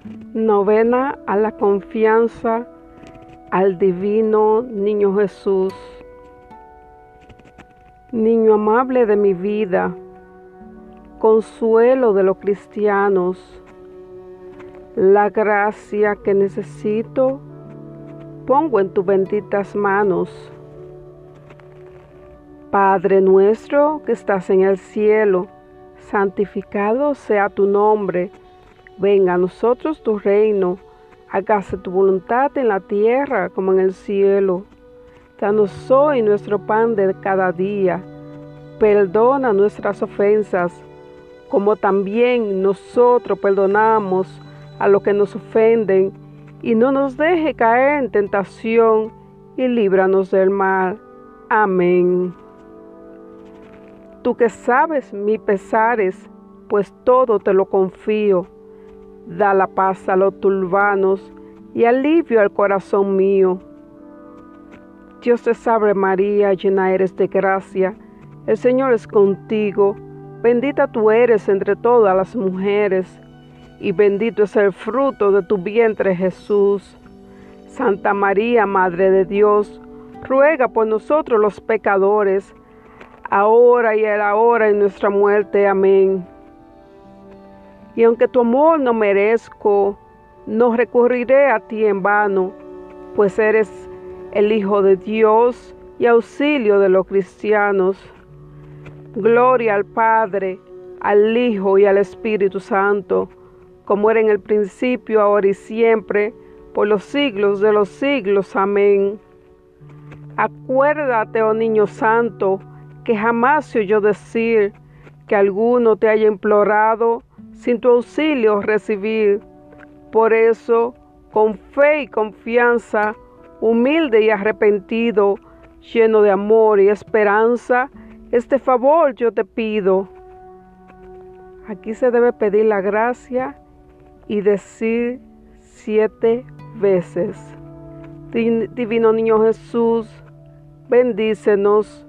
Novena a la confianza al divino Niño Jesús. Niño amable de mi vida, consuelo de los cristianos, la gracia que necesito pongo en tus benditas manos. Padre nuestro que estás en el cielo, santificado sea tu nombre. Venga a nosotros tu reino, hágase tu voluntad en la tierra como en el cielo. Danos hoy nuestro pan de cada día. Perdona nuestras ofensas, como también nosotros perdonamos a los que nos ofenden. Y no nos deje caer en tentación, y líbranos del mal. Amén. Tú que sabes mis pesares, pues todo te lo confío. Da la paz a los turbanos y alivio al corazón mío. Dios te salve María, llena eres de gracia, el Señor es contigo, bendita tú eres entre todas las mujeres, y bendito es el fruto de tu vientre Jesús. Santa María, Madre de Dios, ruega por nosotros los pecadores, ahora y a la hora de nuestra muerte. Amén. Y aunque tu amor no merezco, no recurriré a ti en vano, pues eres el Hijo de Dios y auxilio de los cristianos. Gloria al Padre, al Hijo y al Espíritu Santo, como era en el principio, ahora y siempre, por los siglos de los siglos. Amén. Acuérdate, oh Niño Santo, que jamás se oyó decir que alguno te haya implorado sin tu auxilio recibir. Por eso, con fe y confianza, humilde y arrepentido, lleno de amor y esperanza, este favor yo te pido. Aquí se debe pedir la gracia y decir 7 veces: Divino Niño Jesús, bendícenos,